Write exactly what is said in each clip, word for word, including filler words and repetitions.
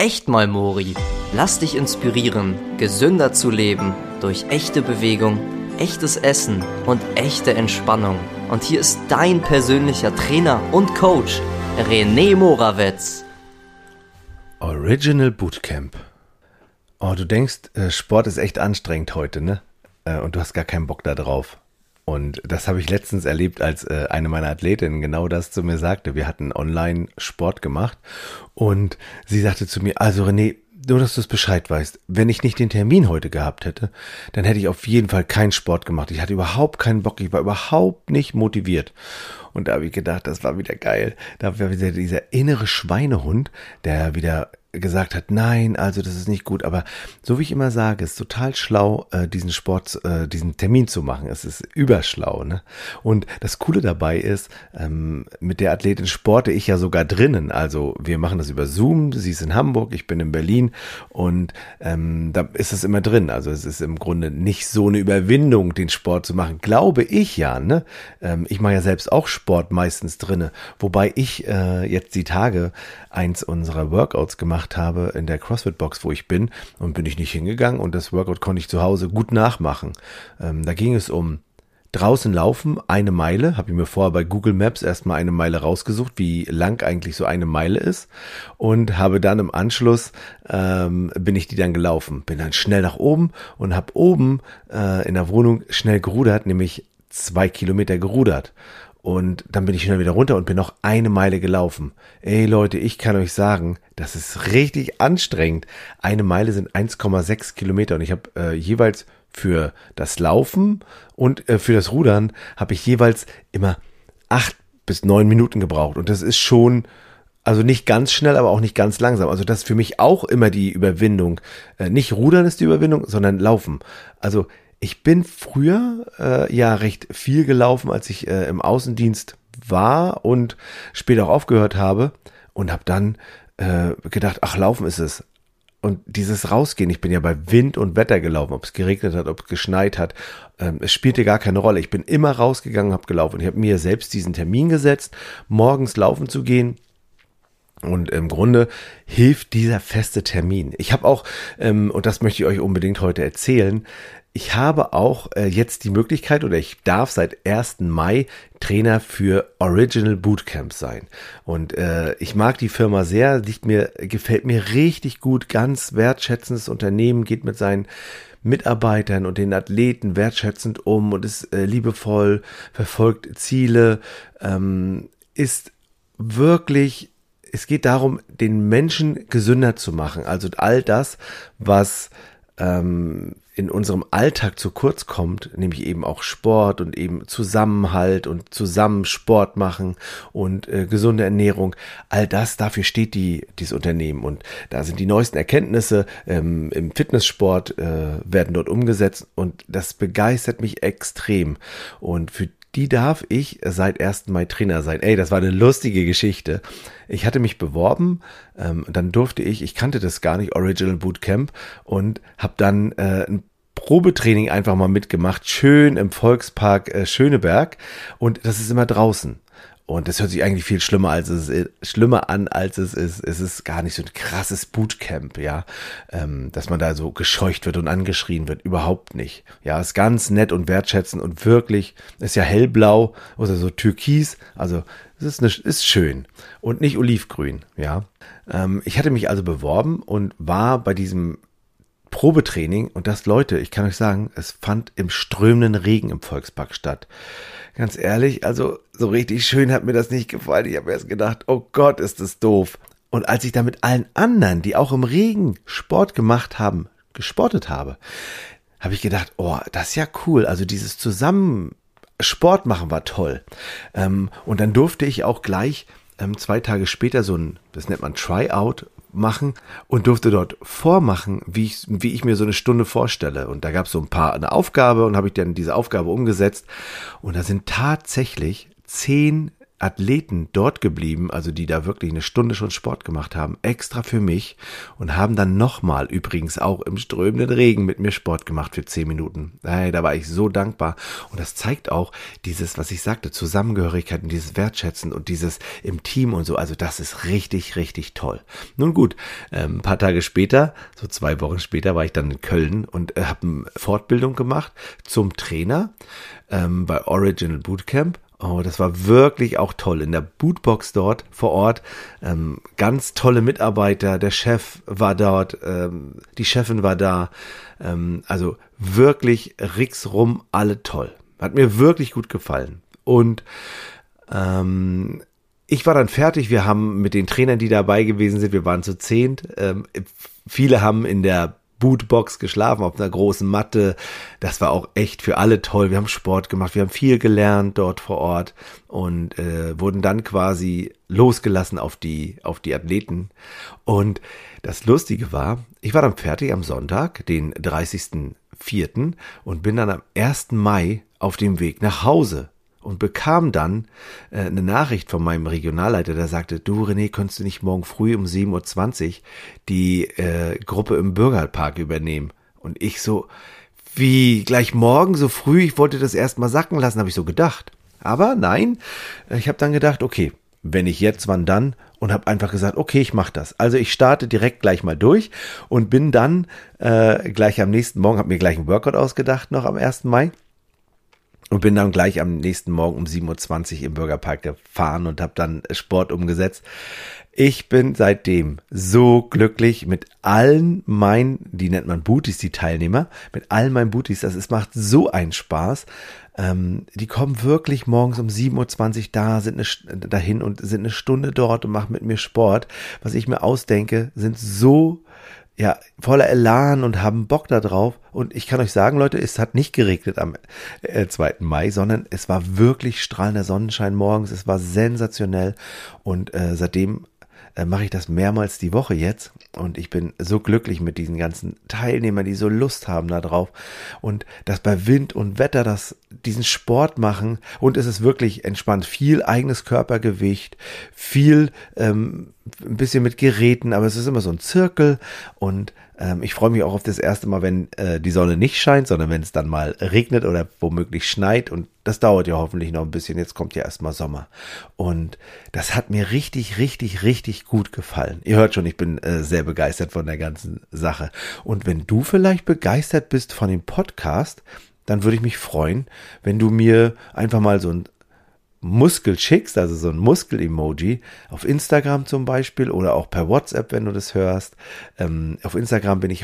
echt mal Mori. Lass dich inspirieren, gesünder zu leben durch echte Bewegung, echtes Essen und echte Entspannung. Und hier ist dein persönlicher Trainer und Coach, René Morawetz. Original Bootcamp. Oh, du denkst, Sport ist echt anstrengend heute, ne? Und du hast gar keinen Bock da drauf. Und das habe ich letztens erlebt, als äh, eine meiner Athletinnen genau das zu mir sagte. Wir hatten online Sport gemacht und sie sagte zu mir, also René, nur dass du es Bescheid weißt, wenn ich nicht den Termin heute gehabt hätte, dann hätte ich auf jeden Fall keinen Sport gemacht. Ich hatte überhaupt keinen Bock, ich war überhaupt nicht motiviert. Und da habe ich gedacht, das war wieder geil. Da war wieder dieser innere Schweinehund, der wieder gesagt hat, nein, also das ist nicht gut, aber so wie ich immer sage, ist total schlau, äh, diesen Sport, äh, diesen Termin zu machen. Es ist überschlau, ne? Und das Coole dabei ist, ähm, mit der Athletin sporte ich ja sogar drinnen. Also wir machen das über Zoom, sie ist in Hamburg, ich bin in Berlin und ähm, da ist es immer drin. Also es ist im Grunde nicht so eine Überwindung, den Sport zu machen, glaube ich ja, ne? Ähm, ich mache ja selbst auch Sport meistens drinne, wobei ich äh, jetzt die Tage eins unserer Workouts gemacht habe in der CrossFit-Box, wo ich bin, und bin ich nicht hingegangen und das Workout konnte ich zu Hause gut nachmachen. Ähm, da ging es um draußen laufen, eine Meile, habe ich mir vorher bei Google Maps erstmal eine Meile rausgesucht, wie lang eigentlich so eine Meile ist, und habe dann im Anschluss, ähm, bin ich die dann gelaufen, bin dann schnell nach oben und habe oben äh, in der Wohnung schnell gerudert, nämlich zwei Kilometer gerudert. Und dann bin ich schnell wieder runter und bin noch eine Meile gelaufen. Ey Leute, ich kann euch sagen, das ist richtig anstrengend. Eine Meile sind eins Komma sechs Kilometer und ich habe äh, jeweils für das Laufen und äh, für das Rudern habe ich jeweils immer acht bis neun Minuten gebraucht. Und das ist schon, also nicht ganz schnell, aber auch nicht ganz langsam. Also das ist für mich auch immer die Überwindung. Äh, nicht Rudern ist die Überwindung, sondern Laufen. Also ich bin früher äh, ja recht viel gelaufen, als ich äh, im Außendienst war und später auch aufgehört habe und habe dann äh, gedacht, ach, Laufen ist es. Und dieses Rausgehen, ich bin ja bei Wind und Wetter gelaufen, ob es geregnet hat, ob es geschneit hat, ähm, es spielte gar keine Rolle. Ich bin immer rausgegangen, habe gelaufen. Ich habe mir selbst diesen Termin gesetzt, morgens laufen zu gehen. Und im Grunde hilft dieser feste Termin. Ich habe auch, ähm, und das möchte ich euch unbedingt heute erzählen, ich habe auch äh, jetzt die Möglichkeit oder ich darf seit ersten Mai Trainer für Original Bootcamp sein. Und äh, ich mag die Firma sehr, liegt mir, gefällt mir richtig gut, ganz wertschätzendes Unternehmen, geht mit seinen Mitarbeitern und den Athleten wertschätzend um und ist äh, liebevoll, verfolgt Ziele, ähm, ist wirklich, es geht darum, den Menschen gesünder zu machen. Also all das, was ähm, in unserem Alltag zu kurz kommt, nämlich eben auch Sport und eben Zusammenhalt und zusammen Sport machen und äh, gesunde Ernährung, all das, dafür steht die dieses Unternehmen und da sind die neuesten Erkenntnisse ähm, im Fitnesssport, äh, werden dort umgesetzt und das begeistert mich extrem und für die darf ich seit ersten Mai Trainer sein. Ey, das war eine lustige Geschichte. Ich hatte mich beworben, ähm, dann durfte ich, ich kannte das gar nicht, Original Bootcamp, und habe dann äh, ein Probetraining einfach mal mitgemacht, schön im Volkspark äh, Schöneberg, und das ist immer draußen. Und das hört sich eigentlich viel schlimmer als es ist, schlimmer an, als es ist. Es ist gar nicht so ein krasses Bootcamp, ja, ähm, dass man da so gescheucht wird und angeschrien wird, überhaupt nicht. Ja, ist ganz nett und wertschätzend und wirklich, ist ja hellblau oder so türkis, also es ist, eine, ist schön und nicht olivgrün, ja. Ähm, ich hatte mich also beworben und war bei diesem Probetraining und das, Leute, ich kann euch sagen, es fand im strömenden Regen im Volkspark statt. Ganz ehrlich, also so richtig schön hat mir das nicht gefallen. Ich habe erst gedacht, oh Gott, ist das doof. Und als ich da mit allen anderen, die auch im Regen Sport gemacht haben, gesportet habe, habe ich gedacht, oh, das ist ja cool. Also dieses zusammen Sport machen war toll. Ähm, und dann durfte ich auch gleich ähm, zwei Tage später so ein, das nennt man Tryout, machen und durfte dort vormachen, wie ich, wie ich mir so eine Stunde vorstelle. Und da gab es so ein paar, eine Aufgabe und habe ich dann diese Aufgabe umgesetzt. Und da sind tatsächlich zehn Athleten dort geblieben, also die da wirklich eine Stunde schon Sport gemacht haben, extra für mich und haben dann nochmal übrigens auch im strömenden Regen mit mir Sport gemacht für zehn Minuten. Hey, da war ich so dankbar und das zeigt auch dieses, was ich sagte, Zusammengehörigkeit und dieses Wertschätzen und dieses im Team und so, also das ist richtig, richtig toll. Nun gut, ein paar Tage später, so zwei Wochen später war ich dann in Köln und habe eine Fortbildung gemacht zum Trainer ähm, bei Original Bootcamp. Oh, das war wirklich auch toll. In der Bootbox dort vor Ort, ähm, ganz tolle Mitarbeiter, der Chef war dort, ähm, die Chefin war da, ähm, also wirklich ringsrum alle toll. Hat mir wirklich gut gefallen. Und ähm, ich war dann fertig, wir haben mit den Trainern, die dabei gewesen sind, wir waren zu zehnt, ähm, viele haben in der Bootbox geschlafen, auf einer großen Matte. Das war auch echt für alle toll. Wir haben Sport gemacht, wir haben viel gelernt dort vor Ort und äh, wurden dann quasi losgelassen auf die, auf die Athleten. Und das Lustige war, ich war dann fertig am Sonntag, den dreißigsten vierten und bin dann am ersten Mai auf dem Weg nach Hause. Und bekam dann äh, eine Nachricht von meinem Regionalleiter, der sagte, du René, könntest du nicht morgen früh um sieben Uhr zwanzig die äh, Gruppe im Bürgerpark übernehmen? Und ich so, wie, gleich morgen so früh? Ich wollte das erst mal sacken lassen, habe ich so gedacht. Aber nein, ich habe dann gedacht, okay, wenn nicht jetzt, wann dann? Und habe einfach gesagt, okay, ich mache das. Also ich starte direkt gleich mal durch und bin dann äh, gleich am nächsten Morgen, habe mir gleich einen Workout ausgedacht, noch am ersten Mai. Und bin dann gleich am nächsten Morgen um sieben Uhr zwanzig im Bürgerpark gefahren und habe dann Sport umgesetzt. Ich bin seitdem so glücklich mit allen meinen, die nennt man Booties, die Teilnehmer, mit allen meinen Booties. Das ist, macht so einen Spaß. Ähm, die kommen wirklich morgens um sieben Uhr zwanzig da, sind eine, dahin und sind eine Stunde dort und machen mit mir Sport. Was ich mir ausdenke, sind so ja, voller Elan und haben Bock da drauf. Und ich kann euch sagen, Leute, es hat nicht geregnet am äh, zweiten Mai, sondern es war wirklich strahlender Sonnenschein morgens. Es war sensationell. Und äh, seitdem äh, mache ich das mehrmals die Woche jetzt. Und ich bin so glücklich mit diesen ganzen Teilnehmern, die so Lust haben da drauf. Und dass bei Wind und Wetter das, diesen Sport machen. Und es ist wirklich entspannt. Viel eigenes Körpergewicht, viel ähm, ein bisschen mit Geräten, aber es ist immer so ein Zirkel und ähm, ich freue mich auch auf das erste Mal, wenn äh, die Sonne nicht scheint, sondern wenn es dann mal regnet oder womöglich schneit und das dauert ja hoffentlich noch ein bisschen, jetzt kommt ja erstmal Sommer und das hat mir richtig, richtig, richtig gut gefallen. Ihr hört schon, ich bin äh, sehr begeistert von der ganzen Sache und wenn du vielleicht begeistert bist von dem Podcast, dann würde ich mich freuen, wenn du mir einfach mal so ein Muskel schickst, also so ein Muskel-Emoji, auf Instagram zum Beispiel oder auch per WhatsApp, wenn du das hörst. Ähm, auf Instagram bin ich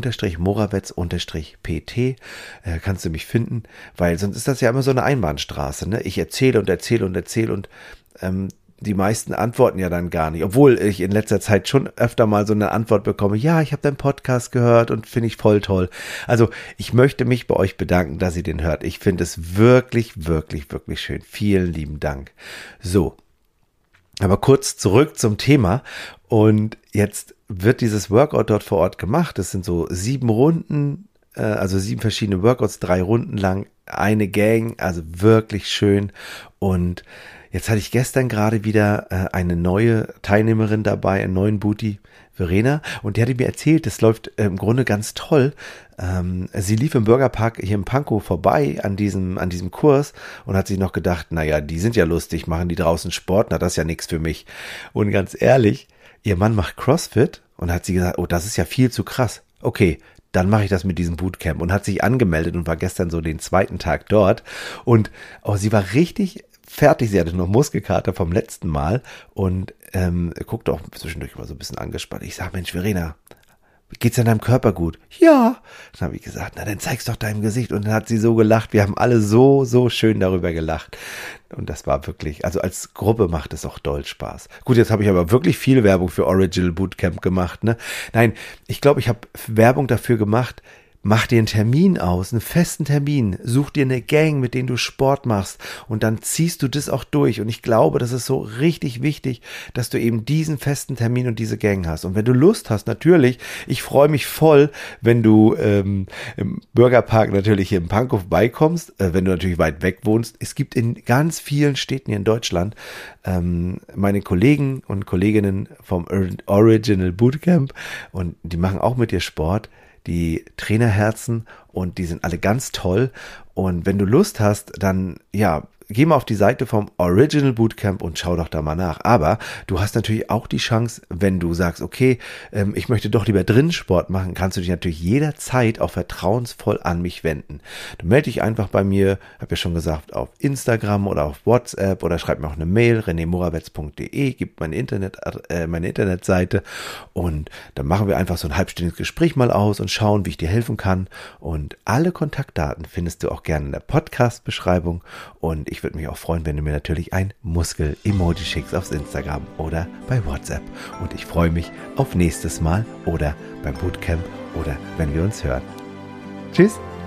René-Morawetz-P T, äh, kannst du mich finden, weil sonst ist das ja immer so eine Einbahnstraße, ne? Ich erzähle und erzähle und erzähle und ähm, die meisten antworten ja dann gar nicht, obwohl ich in letzter Zeit schon öfter mal so eine Antwort bekomme, ja, ich habe deinen Podcast gehört und finde ich voll toll. Also ich möchte mich bei euch bedanken, dass ihr den hört. Ich finde es wirklich, wirklich, wirklich schön. Vielen lieben Dank. So, aber kurz zurück zum Thema und jetzt wird dieses Workout dort vor Ort gemacht. Das sind so sieben Runden, äh, also sieben verschiedene Workouts, drei Runden lang, eine Gang, also wirklich schön und jetzt hatte ich gestern gerade wieder äh, eine neue Teilnehmerin dabei, einen neuen Booty, Verena, und die hatte mir erzählt, das läuft äh, im Grunde ganz toll. Ähm, sie lief im Bürgerpark hier in Pankow vorbei an diesem an diesem Kurs und hat sich noch gedacht, naja, die sind ja lustig, machen die draußen Sport, na das ist ja nichts für mich. Und ganz ehrlich, ihr Mann macht CrossFit und hat sie gesagt, oh, das ist ja viel zu krass. Okay, dann mache ich das mit diesem Bootcamp und hat sich angemeldet und war gestern so den zweiten Tag dort und oh, sie war richtig fertig, sie hatte noch Muskelkater vom letzten Mal und ähm, guckte auch zwischendurch mal so ein bisschen angespannt. Ich sag, Mensch, Verena, geht's denn deinem Körper gut? Ja. Dann habe ich gesagt, na dann zeig's doch deinem Gesicht. Und dann hat sie so gelacht. Wir haben alle so, so schön darüber gelacht. Und das war wirklich, also als Gruppe macht es auch doll Spaß. Gut, jetzt habe ich aber wirklich viel Werbung für Original Bootcamp gemacht, ne? Nein, ich glaube, ich habe Werbung dafür gemacht, mach dir einen Termin aus, einen festen Termin, such dir eine Gang, mit denen du Sport machst und dann ziehst du das auch durch. Und ich glaube, das ist so richtig wichtig, dass du eben diesen festen Termin und diese Gang hast. Und wenn du Lust hast, natürlich, ich freue mich voll, wenn du ähm, im Bürgerpark natürlich hier im Pankow beikommst, äh, wenn du natürlich weit weg wohnst. Es gibt in ganz vielen Städten hier in Deutschland ähm, meine Kollegen und Kolleginnen vom Original Bootcamp und die machen auch mit dir Sport, die Trainerherzen und die sind alle ganz toll. Und wenn du Lust hast, dann ja, geh mal auf die Seite vom Original Bootcamp und schau doch da mal nach. Aber du hast natürlich auch die Chance, wenn du sagst, okay, ähm, ich möchte doch lieber drinnen Sport machen, kannst du dich natürlich jederzeit auch vertrauensvoll an mich wenden. Du melde dich einfach bei mir, habe ja schon gesagt, auf Instagram oder auf WhatsApp oder schreib mir auch eine Mail, rené morawetz punkt de, gib meine Internet, äh, meine Internetseite und dann machen wir einfach so ein halbstündiges Gespräch mal aus und schauen, wie ich dir helfen kann. Und alle Kontaktdaten findest du auch gerne in der Podcast-Beschreibung und ich Ich würde mich auch freuen, wenn du mir natürlich ein Muskel-Emoji schickst auf Instagram oder bei WhatsApp. Und ich freue mich auf nächstes Mal oder beim Bootcamp oder wenn wir uns hören. Tschüss!